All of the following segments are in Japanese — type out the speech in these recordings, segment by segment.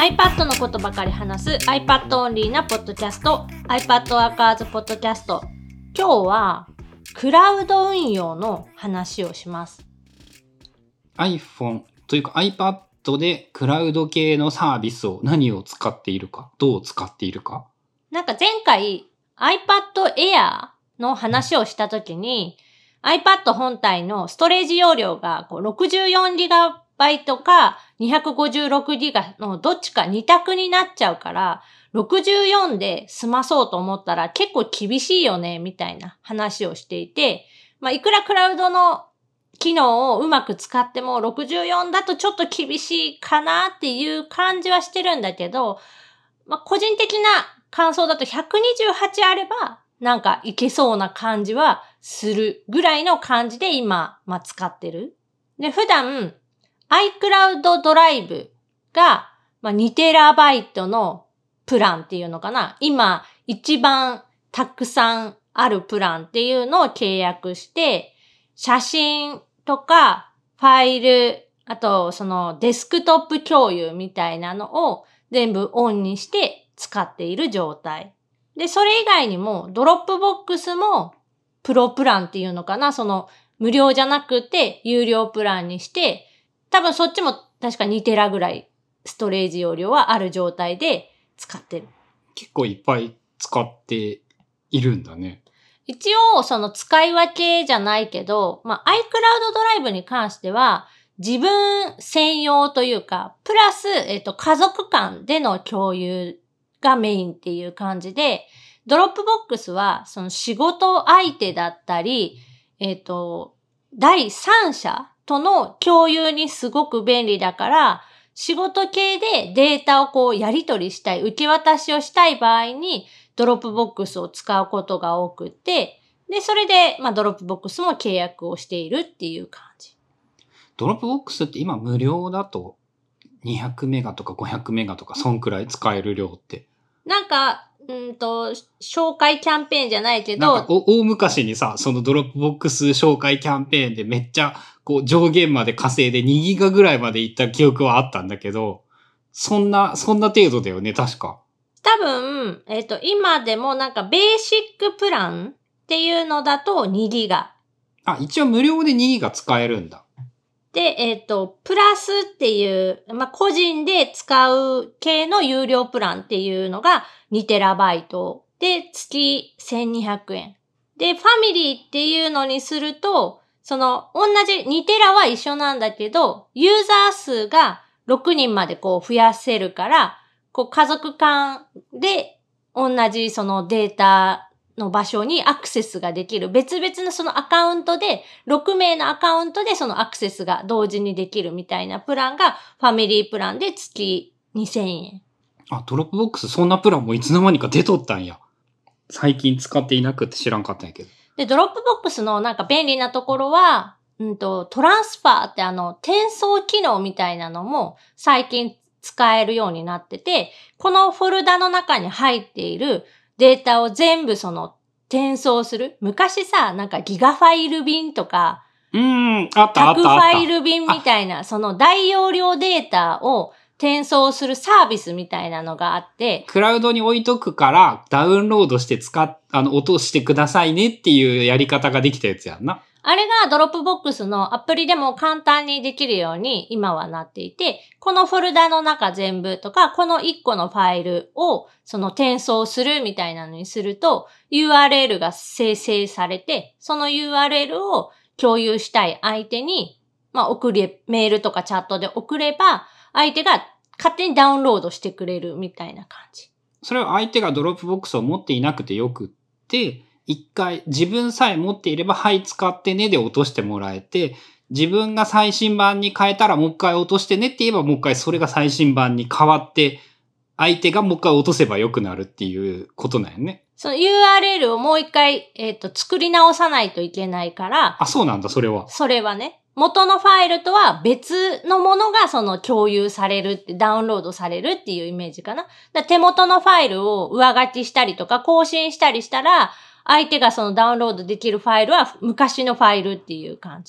iPad のことばかり話す iPad オンリーなポッドキャスト iPad ワーカーズポッドキャスト。今日はクラウド運用の話をします。 iPhone というか iPad でクラウド系のサービスを何を使っているか、どう使っているか。 なんか前回 iPad Air の話をしたときに iPad 本体のストレージ容量が 64GB か 256GB のどっちか2択になっちゃうから64で済まそうと思ったら結構厳しいよねみたいな話をしていて、いくらクラウドの機能をうまく使っても64だとちょっと厳しいかなっていう感じはしてるんだけど、個人的な感想だと128あればなんかいけそうな感じはするぐらいの感じで今、使ってる。で、普段 iCloud ドライブが 2TB のプランっていうのかな。今一番たくさんあるプランっていうのを契約して、写真とかファイル、あとそのデスクトップ共有みたいなのを全部オンにして使っている状態。で、それ以外にもドロップボックスもプロプランっていうのかな。その無料じゃなくて有料プランにして、多分そっちも確か2テラぐらいストレージ容量はある状態で使ってる。 結構いっぱい使っているんだね。 一応その使い分けじゃないけど、iCloud ドライブに関しては自分専用というか、プラス、家族間での共有がメインっていう感じで、ドロップボックスはその仕事相手だったり、第三者との共有にすごく便利だから、仕事系でデータをやり取りしたい、受け渡しをしたい場合に、ドロップボックスを使うことが多くて、で、それで、ドロップボックスも契約をしているっていう感じ。 ドロップボックスって今無料だと200メガとか500メガとかそんくらい使える量って。 なんか、紹介キャンペーンじゃないけど。 なんか大昔にさ、そのドロップボックス紹介キャンペーンでめっちゃ上限まで稼いで2ギガぐらいまでいった記憶はあったんだけど、そんな程度だよね、確か。 多分、今でもなんかベーシックプランっていうのだと2ギガ。 一応無料で2ギガ使えるんだ。 で、プラスっていう、個人で使う系の有料プランっていうのが 2TB で月1200円。で、ファミリーっていうのにすると、その同じ2テラは一緒なんだけど、ユーザー数が6人まで増やせるから、家族間で同じそのデータの場所にアクセスができる。別々のそのアカウントで、6名のアカウントでそのアクセスが同時にできるみたいなプランがファミリープランで月2000円。 ドロップボックスそんなプランもいつの間にか出とったんや。最近使っていなくて知らんかったんやけど。 で、ドロップボックスのなんか便利なところは、トランスファーって転送機能みたいなのも最近使えるようになってて、このフォルダの中に入っているデータを全部その転送する。昔さ、なんかギガファイル便とか、 あった。 タクファイル便みたいな、その大容量データを転送するサービスみたいなのがあって、 クラウドに置いとくからダウンロードして落としてくださいねっていうやり方ができたやつやんな。 あれがドロップボックスのアプリでも簡単にできるように今はなっていて、このフォルダの中全部とか、この1個のファイルをその転送するみたいなのにすると、URL が生成されて、その URL を共有したい相手に、メールとかチャットで送れば、相手が勝手にダウンロードしてくれるみたいな感じ。 それは相手がドロップボックスを持っていなくてよくって、一回自分さえ持っていれば、はい使ってねで落としてもらえて、自分が最新版に変えたらもう一回落としてねって言えばもう一回それが最新版に変わって、相手がもう一回落とせばよくなるっていうことなんよね。 その URL をもう一回、作り直さないといけないから。 そうなんだ、それは。 それはね。元のファイルとは別のものがその共有されるって、ダウンロードされるっていうイメージかな。手元のファイルを上書きしたりとか更新したりしたら、相手がそのダウンロードできるファイルは昔のファイルっていう感じ。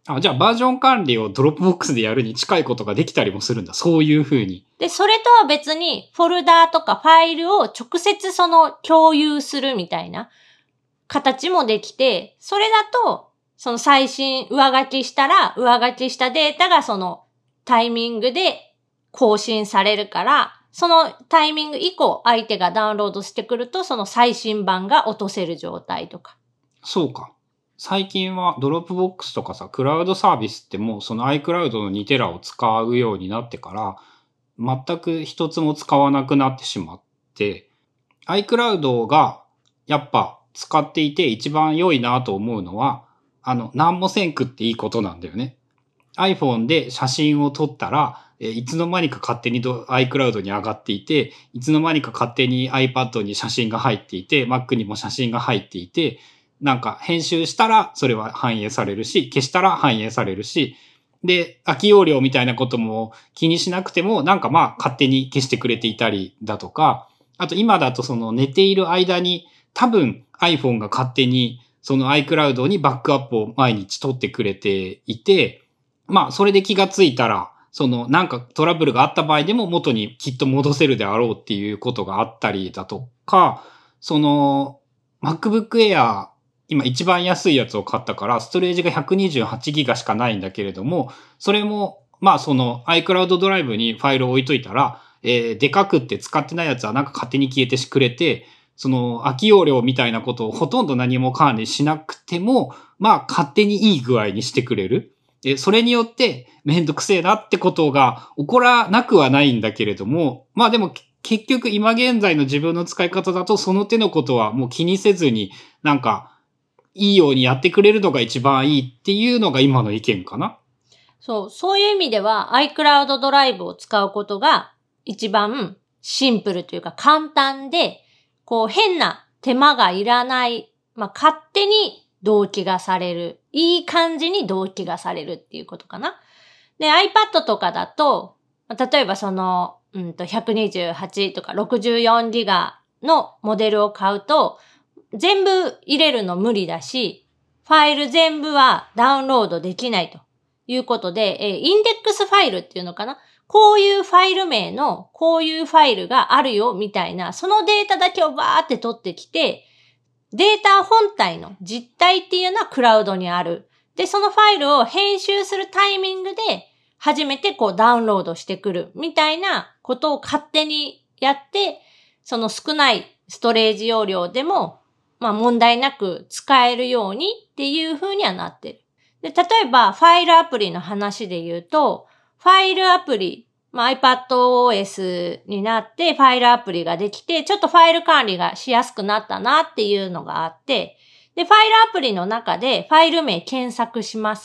あ、じゃあバージョン管理をドロップボックスでやるに近いことができたりもするんだ。そういう風に。 で、それとは別にフォルダーとかファイルを直接その共有するみたいな形もできて、それだと、その最新上書きしたら、上書きしたデータがそのタイミングで更新されるから、そのタイミング以降相手がダウンロードしてくると、その最新版が落とせる状態とか。 そうか。最近はドロップボックスとかさ、クラウドサービスってもうその iCloud の2テラを使うようになってから、全く一つも使わなくなってしまって、iCloud がやっぱ使っていて一番良いなと思うのは、何もせんくっていいことなんだよね。iPhone で写真を撮ったら、いつの間にか勝手にiCloud に上がっていて、いつの間にか勝手に iPad に写真が入っていて、Mac にも写真が入っていて、なんか編集したらそれは反映されるし、消したら反映されるし、で、空き容量みたいなことも気にしなくても、なんかまあ勝手に消してくれていたりだとか、あと今だとその寝ている間に多分 iPhone が勝手にその iCloud にバックアップを毎日取ってくれていて、まあそれで気がついたら、そのなんかトラブルがあった場合でも元にきっと戻せるであろうっていうことがあったりだとか、その MacBook Air今一番安いやつを買ったからストレージが128ギガしかないんだけれども、それもまあその iCloud ドライブにファイルを置いといたら、でかくって使ってないやつはなんか勝手に消えてくれて、その空き容量みたいなことをほとんど何も管理しなくても、まあ勝手にいい具合にしてくれる。それによってめんどくせえなってことが起こらなくはないんだけれども、まあでも結局今現在の自分の使い方だとその手のことはもう気にせずになんかいいようにやってくれるのが一番いいっていうのが今の意見かな。 そういう意味では iCloud ドライブを使うことが一番シンプルというか簡単で、こう変な手間がいらない、まあ勝手に同期がされる。いい感じに同期がされるっていうことかな。で、iPad とかだと、例えばその、128とか64ギガのモデルを買うと、全部入れるの無理だし、ファイル全部はダウンロードできないということで、インデックスファイルっていうのかな。こういうファイル名のこういうファイルがあるよみたいな、そのデータだけをバーって取ってきて、データ本体の実体っていうのはクラウドにある。で、そのファイルを編集するタイミングで初めてこうダウンロードしてくるみたいなことを勝手にやって、その少ないストレージ容量でもまあ問題なく使えるようにっていう風にはなってる。で、例えばファイルアプリの話で言うと、ファイルアプリ、まあ、iPadOS になってファイルアプリができて、ちょっとファイル管理がしやすくなったなっていうのがあって、で、ファイルアプリの中でファイル名検索します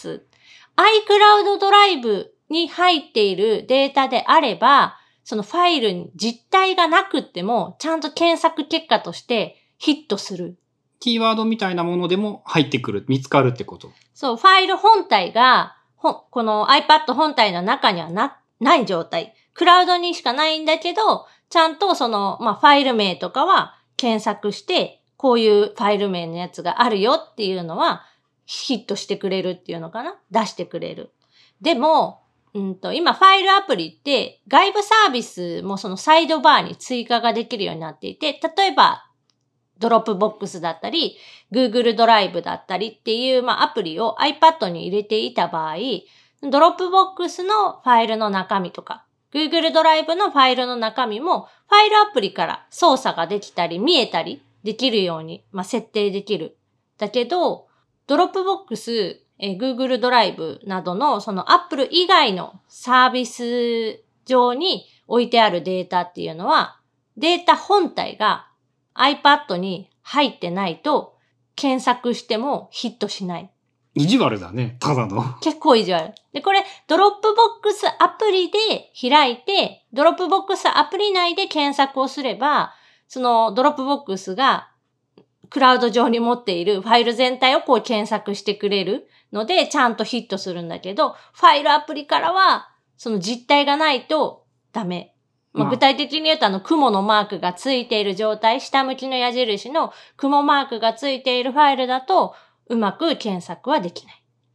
。iCloud ドライブに入っているデータであれば、そのファイルに実体がなくっても、ちゃんと検索結果としてヒットする。 キーワードみたいなものでも入ってくる、見つかるってこと。 そう、ファイル本体が、この iPad 本体の中にはない状態。クラウドにしかないんだけど、ちゃんとその、まあ、ファイル名とかは検索して、こういうファイル名のやつがあるよっていうのは、ヒットしてくれるっていうのかな？出してくれる。でも、今ファイルアプリって外部サービスもそのサイドバーに追加ができるようになっていて、例えば、ドロップボックスだったり、Google ドライブだったりっていう、まあ、アプリを iPad に入れていた場合、ドロップボックスのファイルの中身とか、Google ドライブのファイルの中身も、ファイルアプリから操作ができたり、見えたりできるように、まあ、設定できる。だけど、ドロップボックス、Google ドライブなどのその Apple 以外のサービス上に置いてあるデータっていうのは、データ本体がiPad に入ってないと検索してもヒットしない。 意地悪だね、ただの。 結構意地悪。で、これ、ドロップボックスアプリで開いて、ドロップボックスアプリ内で検索をすれば、そのドロップボックスがクラウド上に持っているファイル全体をこう検索してくれるので、ちゃんとヒットするんだけど、ファイルアプリからは、その実体がないとダメ。まあ、具体的に言うと雲のマークがついている状態、下向きの矢印の雲マークがついているファイルだと、うまく検索はできない。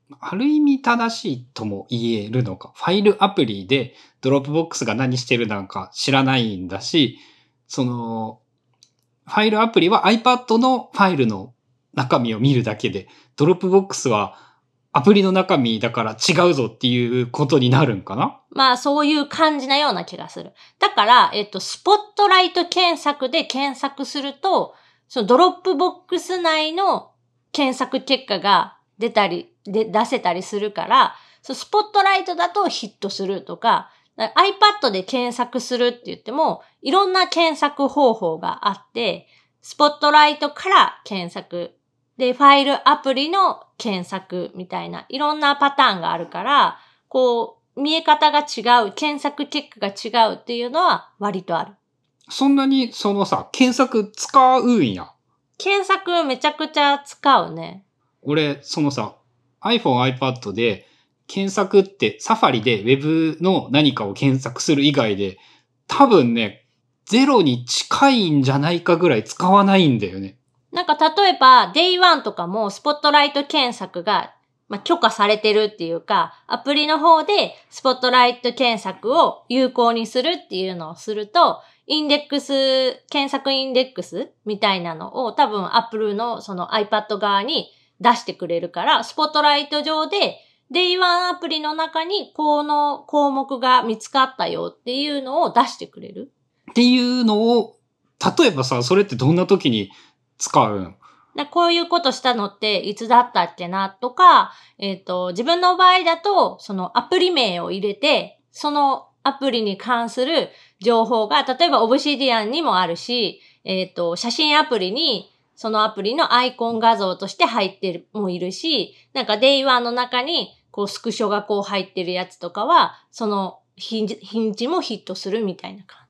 ある意味正しいとも言えるのか。ファイルアプリでドロップボックスが何してるなんか知らないんだし、その、ファイルアプリは iPad のファイルの中身を見るだけで、ドロップボックスはアプリの中身だから違うぞっていうことになるんかな？ まあそういう感じなような気がする。だから、スポットライト検索で検索すると、そのドロップボックス内の検索結果が出せたりするから、スポットライトだとヒットするとか、iPad で検索するって言っても、いろんな検索方法があって、スポットライトから検索、で、ファイルアプリの検索みたいな、いろんなパターンがあるから、こう、見え方が違う、検索結果が違うっていうのは割とある。 そんなにそのさ、検索使うんや。 検索めちゃくちゃ使うね。 俺、そのさ、iPhone、iPad で検索ってサファリで Web の何かを検索する以外で多分ね、ゼロに近いんじゃないかぐらい使わないんだよね。 なんか例えば Day1 とかもスポットライト検索が許可されてるっていうか、アプリの方でスポットライト検索を有効にするっていうのをすると、検索インデックスみたいなのを多分 Apple のその iPad 側に出してくれるから、スポットライト上で Day1 アプリの中にこの項目が見つかったよっていうのを出してくれる。 っていうのを、例えばさ、それってどんな時に使うん？ こういうことしたのっていつだったっけなとか、自分の場合だと、そのアプリ名を入れて、そのアプリに関する情報が、例えばオブシディアンにもあるし、写真アプリに、そのアプリのアイコン画像として入ってるもいるし、なんか Day1 の中に、こうスクショがこう入ってるやつとかは、そのヒンジもヒットするみたいな感じ。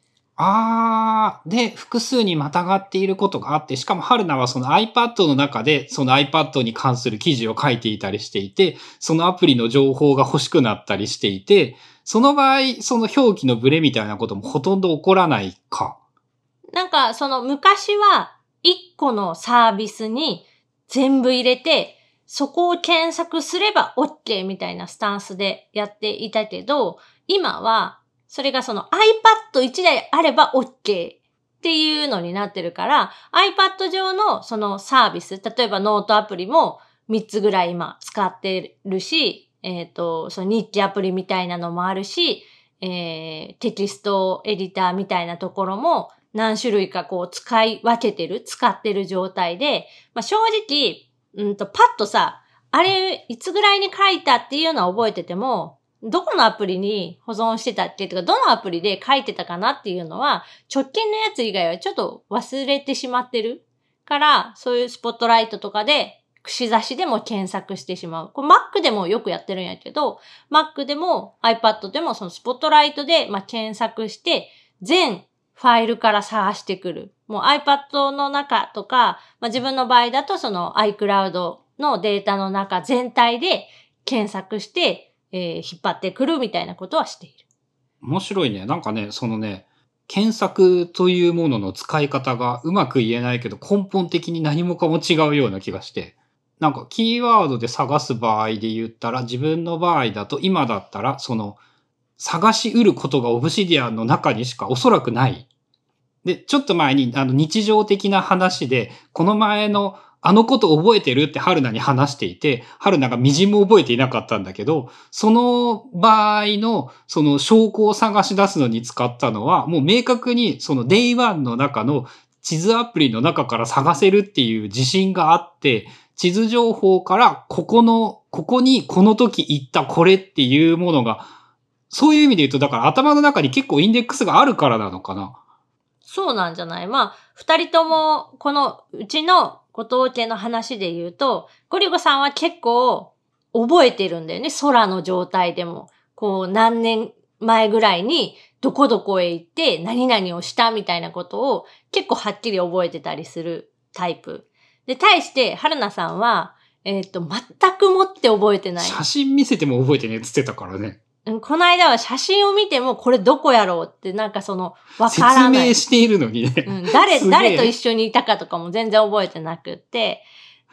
で、複数にまたがっていることがあって、しかも春菜はその iPad の中で、その iPad に関する記事を書いていたりしていて、そのアプリの情報が欲しくなったりしていて、その場合、その表記のブレみたいなこともほとんど起こらないか。 なんか、その昔は一個のサービスに全部入れて、そこを検索すれば OK みたいなスタンスでやっていたけど、今はそれがその iPad1 台あれば OK っていうのになってるから、iPad 上のそのサービス、例えばノートアプリも3つぐらい今使ってるし、その日記アプリみたいなのもあるし、テキストエディターみたいなところも何種類かこう使ってる状態で、正直、パッとさ、あれいつぐらいに書いたっていうのは覚えてても、どこのアプリに保存してたっけとか、どのアプリで書いてたかなっていうのは、直近のやつ以外はちょっと忘れてしまってるから、そういうスポットライトとかで、串刺しでも検索してしまう。これ Mac でもよくやってるんやけど、Mac でも iPad でもそのスポットライトで、検索して、全ファイルから探してくる。もう iPad の中とか、自分の場合だとその iCloud のデータの中全体で検索して、引っ張ってくるみたいなことはしている。 面白いね。なんかね、そのね、検索というものの使い方がうまく言えないけど根本的に何もかも違うような気がして。なんかキーワードで探す場合で言ったら自分の場合だと今だったらその探し得ることがオブシディアンの中にしかおそらくない。で、ちょっと前に日常的な話でこの前のあのこと覚えてるって春菜に話していて、春菜が微塵も覚えていなかったんだけど、その場合のその証拠を探し出すのに使ったのは、もう明確にその Day1 の中の地図アプリの中から探せるっていう自信があって、地図情報からここにこの時言ったこれっていうものが、そういう意味で言うと、だから頭の中に結構インデックスがあるからなのかな。 そうなんじゃない？二人ともこのうちの後藤家の話で言うと、ゴリゴさんは結構覚えてるんだよね。空の状態でも。こう何年前ぐらいにどこどこへ行って何々をしたみたいなことを結構はっきり覚えてたりするタイプ。で、対して春菜さんは、全くもって覚えてない。 写真見せても覚えてねえって言ってたからね。 この間は写真を見てもこれどこやろうってわからない。 説明しているのにね。 誰と一緒にいたかとかも全然覚えてなくって。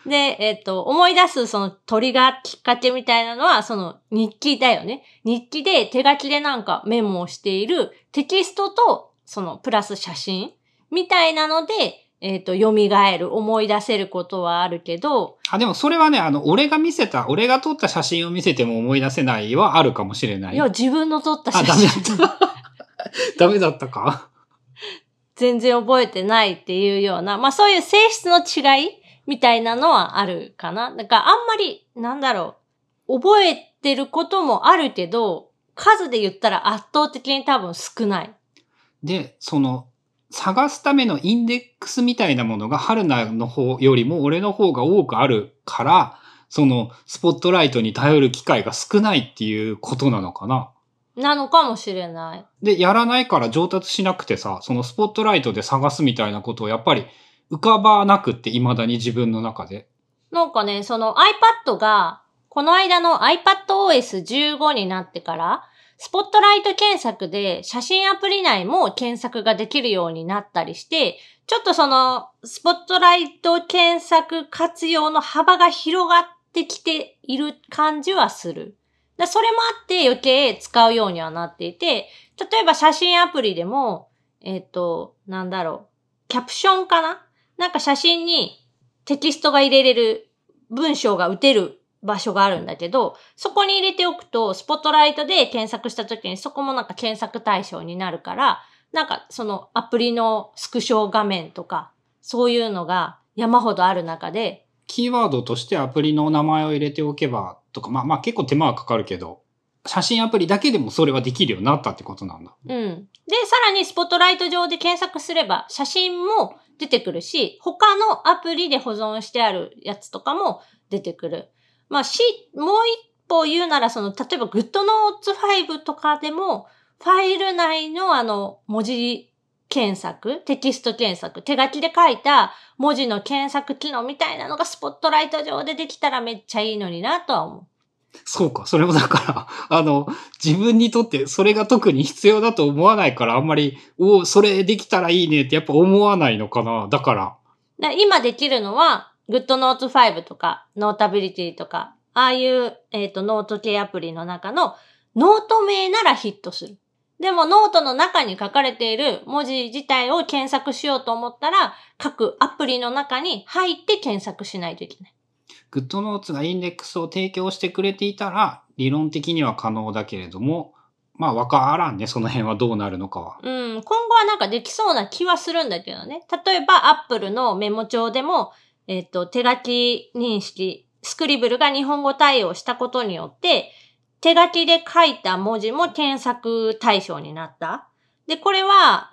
で、思い出すそのトリガーきっかけみたいなのは、その日記だよね。日記で手書きでなんかメモをしているテキストと、そのプラス写真みたいなので、蘇る、思い出せることはあるけど。 でもそれはね、俺が撮った写真を見せても思い出せないはあるかもしれない。 いや、自分の撮った写真。ダメだった。ダメだったか？ 全然覚えてないっていうような、まあそういう性質の違いみたいなのはあるかな。だからあんまり、覚えてることもあるけど、数で言ったら圧倒的に多分少ない。 で、探すためのインデックスみたいなものが春菜の方よりも俺の方が多くあるから、スポットライトに頼る機会が少ないっていうことなのかな。 なのかもしれない。 で、やらないから上達しなくてさ、スポットライトで探すみたいなことをやっぱり浮かばなくって、未だに自分の中で。 なんかね、iPad が、この間の iPadOS15 になってから、スポットライト検索で写真アプリ内も検索ができるようになったりして、ちょっとスポットライト検索活用の幅が広がってきている感じはする。それもあって余計使うようにはなっていて、例えば写真アプリでも、キャプションかな？なんか写真にテキストが入れれる文章が打てる場所があるんだけど、そこに入れておくと、スポットライトで検索した時にそこもなんか検索対象になるから、なんかアプリのスクショ画面とか、そういうのが山ほどある中で、 キーワードとしてアプリの名前を入れておけばとか、まあ結構手間はかかるけど、写真アプリだけでもそれはできるようになったってことなんだ。 うん。で、さらにスポットライト上で検索すれば写真も出てくるし、他のアプリで保存してあるやつとかも出てくる。もう一歩言うなら例えば GoodNotes5 とかでも、ファイル内の文字検索、テキスト検索、手書きで書いた文字の検索機能みたいなのがスポットライト上でできたらめっちゃいいのになとは思う。 そうか。それもだから、自分にとってそれが特に必要だと思わないから、あんまり、それできたらいいねってやっぱ思わないのかな。だから。 今できるのは、GoodNotes5 とか、Notability とか、ああいう、ノート系アプリの中のノート名ならヒットする。でもノートの中に書かれている文字自体を検索しようと思ったら、各アプリの中に入って検索しないといけない。 GoodNotes がインデックスを提供してくれていたら、理論的には可能だけれども、まあわからんね、その辺はどうなるのかは。 今後はなんかできそうな気はするんだけどね。例えば Apple のメモ帳でも、手書き認識、スクリブルが日本語対応したことによって、手書きで書いた文字も検索対象になった。で、これは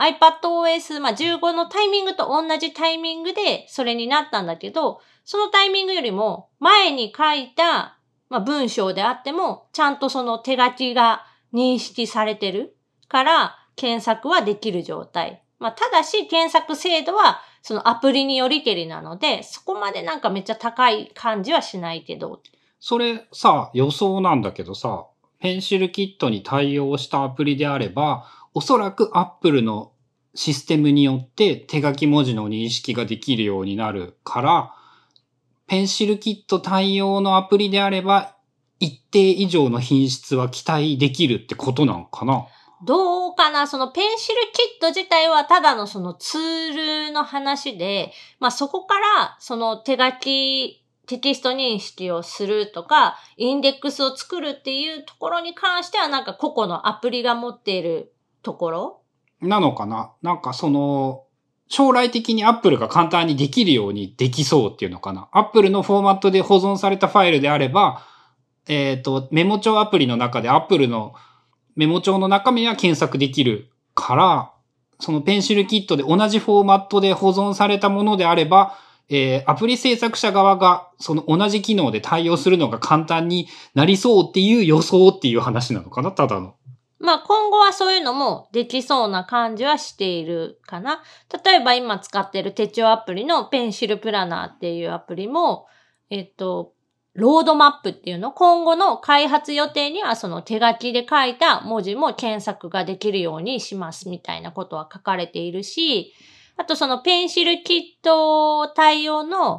iPadOS、15のタイミングと同じタイミングでそれになったんだけど、そのタイミングよりも前に書いた、文章であっても、ちゃんとその手書きが認識されてるから検索はできる状態。ただし検索精度はそのアプリによりけりなので、そこまでなんかめっちゃ高い感じはしないけど。 それさ、予想なんだけどさ、ペンシルキットに対応したアプリであれば、おそらく Apple のシステムによって手書き文字の認識ができるようになるから、ペンシルキット対応のアプリであれば、一定以上の品質は期待できるってことなんかな？ どうかな？そのペンシルキット自体はただのそのツールの話で、そこからその手書きテキスト認識をするとか、インデックスを作るっていうところに関してはなんか個々のアプリが持っているところなのかな？なんか将来的に Apple が簡単にできるようにできそうっていうのかな。Apple のフォーマットで保存されたファイルであれば、メモ帳アプリの中で Apple のメモ帳の中身は検索できるから、そのペンシルキットで同じフォーマットで保存されたものであれば、アプリ制作者側がその同じ機能で対応するのが簡単になりそうっていう予想っていう話なのかな、ただの。 今後はそういうのもできそうな感じはしているかな。例えば今使ってる手帳アプリのペンシルプラナーっていうアプリも、ロードマップっていうの、今後の開発予定にはその手書きで書いた文字も検索ができるようにしますみたいなことは書かれているし、あとそのペンシルキット対応の、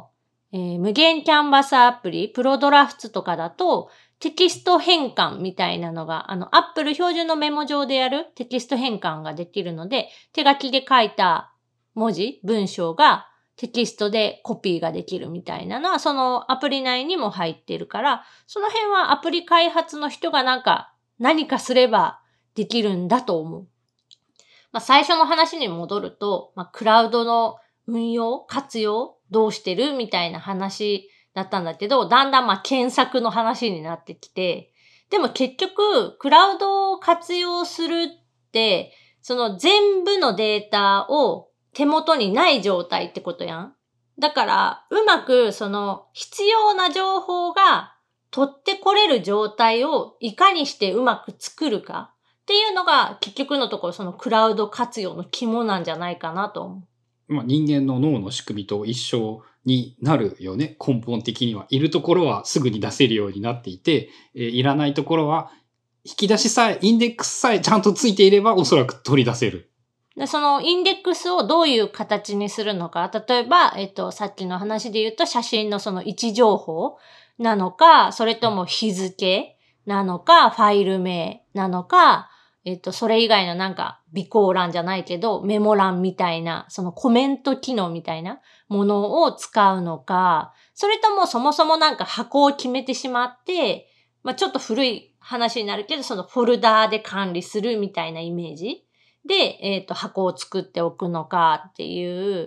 無限キャンバスアプリ、プロドラフツとかだと、テキスト変換みたいなのが、Apple 標準のメモ上でやるテキスト変換ができるので、手書きで書いた文字、文章がテキストでコピーができるみたいなのは、そのアプリ内にも入っているから、その辺はアプリ開発の人が何かすればできるんだと思う。最初の話に戻ると、クラウドの運用、活用、どうしてるみたいな話だったんだけど、だんだん検索の話になってきて、でも結局、クラウドを活用するって、その全部のデータを手元にない状態ってことやん。だから、うまくその必要な情報が取ってこれる状態をいかにしてうまく作るかっていうのが結局のところそのクラウド活用の肝なんじゃないかなと思う。 人間の脳の仕組みと一緒になるよね。根本的には。いるところはすぐに出せるようになっていて、いらないところは引き出しさえ、インデックスさえちゃんとついていればおそらく取り出せる。 でそのインデックスをどういう形にするのか。例えば、さっきの話で言うと写真のその位置情報なのか、それとも日付なのか、ファイル名なのか、それ以外の備考欄じゃないけど、メモ欄みたいな、そのコメント機能みたいなものを使うのか、それともそもそも箱を決めてしまって、ちょっと古い話になるけど、そのフォルダーで管理するみたいなイメージで、箱を作っておくのかっていう、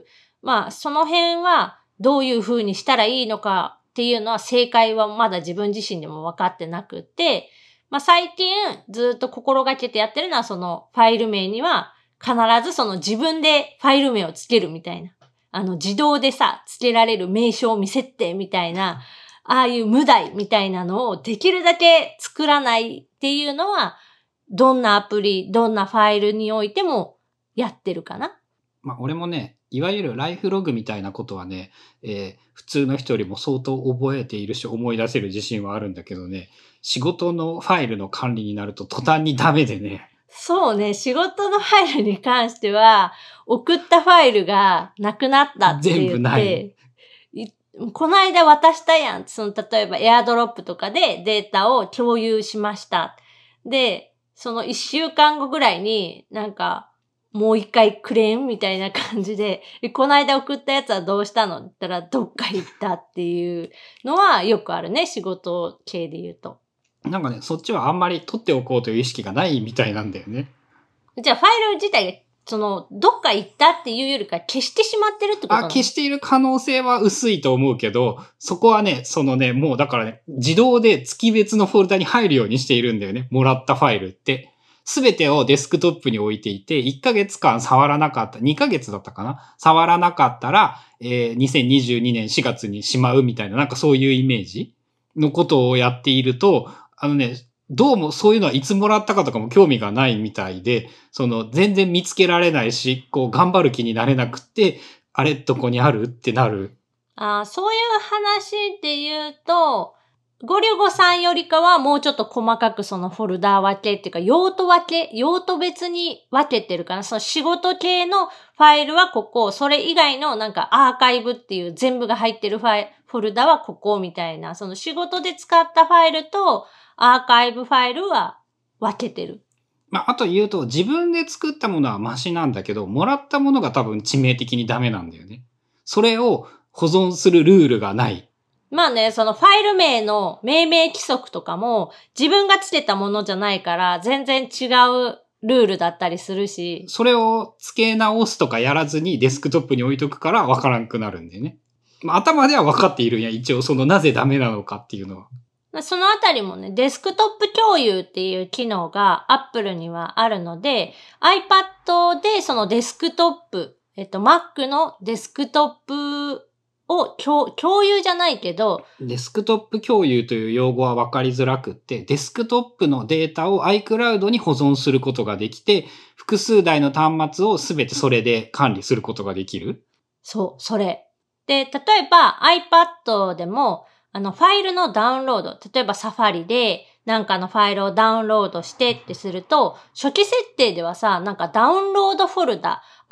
その辺はどういう風にしたらいいのかっていうのは正解はまだ自分自身でも分かってなくって、最近ずっと心がけてやってるのはそのファイル名には必ずその自分でファイル名をつけるみたいな。自動でつけられる名称未設定みたいな、ああいう無題みたいなのをできるだけ作らないっていうのは、どんなアプリ、どんなファイルにおいてもやってるかな。 俺もね、いわゆるライフログみたいなことはね、普通の人よりも相当覚えているし思い出せる自信はあるんだけどね、仕事のファイルの管理になると途端にダメでね。 そうね、仕事のファイルに関しては、送ったファイルがなくなったって言って、 全部ない。 この間渡したやん。例えばエアドロップとかでデータを共有しました。で、その1週間後ぐらいにもう一回くれんみたいな感じで、この間送ったやつはどうしたのって言ったらどっか行ったっていうのはよくあるね、仕事系で言うと。 そっちはあんまり取っておこうという意識がないみたいなんだよね。 じゃあファイル自体がどっか行ったっていうよりか消してしまってるってことなの？ 消している可能性は薄いと思うけど、そこはね、もうだからね、自動で月別のフォルダに入るようにしているんだよね。もらったファイルって。すべてをデスクトップに置いていて、1ヶ月間触らなかった、2ヶ月だったかな触らなかったら、2022年4月にしまうみたいな、そういうイメージのことをやっていると、どうもそういうのはいつもらったかとかも興味がないみたいで、全然見つけられないし、頑張る気になれなくって、あれどこにあるってなる。 そういう話で言うと、ゴリュゴさんよりかはもうちょっと細かくそのフォルダー分けっていうか用途別に分けてるかな。その仕事系のファイルはここ、それ以外のアーカイブっていう全部が入ってるフォルダはここみたいな、その仕事で使ったファイルとアーカイブファイルは分けてる。 あと言うと自分で作ったものはマシなんだけど、もらったものが多分致命的にダメなんだよね。それを保存するルールがない。 そのファイル名の命名規則とかも自分がつけたものじゃないから全然違うルールだったりするし。 それを付け直すとかやらずにデスクトップに置いとくから分からんくなるんだよね。頭では分かっているんや、一応なぜダメなのかっていうのは。 そのあたりもね、デスクトップ共有っていう機能が Apple にはあるので、iPad でそのデスクトップ、Mac のデスクトップを共有じゃないけど、 デスクトップ共有という用語は分かりづらくって、デスクトップのデータを iCloud に保存することができて、複数台の端末をすべてそれで管理することができる。 そう、それ。で、例えば iPad でも、ファイルのダウンロード、例えばサファリでのファイルをダウンロードしてってすると、初期設定ではダウンロードフォルダ、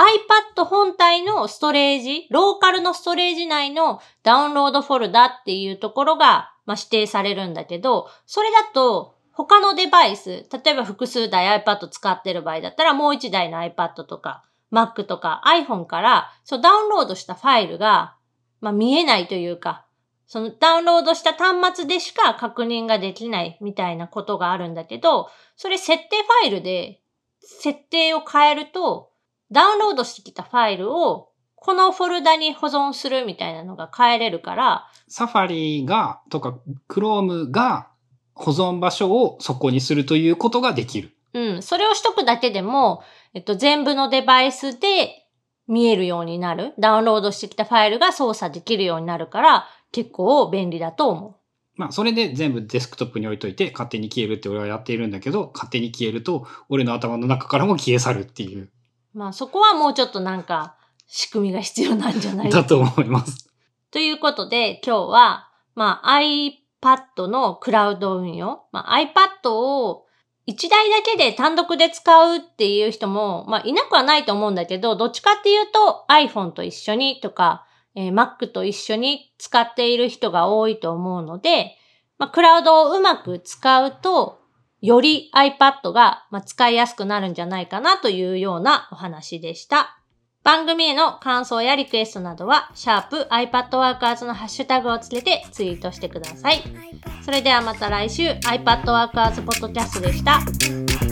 iPad 本体のストレージ、ローカルのストレージ内のダウンロードフォルダっていうところが、指定されるんだけど、それだと他のデバイス、例えば複数台 iPad 使ってる場合だったらもう一台の iPad とか Mac とか iPhone からダウンロードしたファイルが、見えないというか、そのダウンロードした端末でしか確認ができないみたいなことがあるんだけど、それ設定ファイルで設定を変えると、ダウンロードしてきたファイルをこのフォルダに保存するみたいなのが変えれるから、 サファリがとか Chrome が保存場所をそこにするということができる。 それをしとくだけでも、全部のデバイスで見えるようになる。ダウンロードしてきたファイルが操作できるようになるから、結構便利だと思う。 それで全部デスクトップに置いといて勝手に消えるって俺はやっているんだけど、勝手に消えると俺の頭の中からも消え去るっていう。 そこはもうちょっと仕組みが必要なんじゃないだと思います。 ということで今日は、iPad のクラウド運用。iPad を1台だけで単独で使うっていう人も、いなくはないと思うんだけど、どっちかっていうと iPhone と一緒にとか、Mac と一緒に使っている人が多いと思うので、クラウドをうまく使うと、より iPad が使いやすくなるんじゃないかなというようなお話でした。番組への感想やリクエストなどは、#iPadWorkers のハッシュタグをつけてツイートしてください。それではまた来週、iPadWorkers ポッドキャストでした。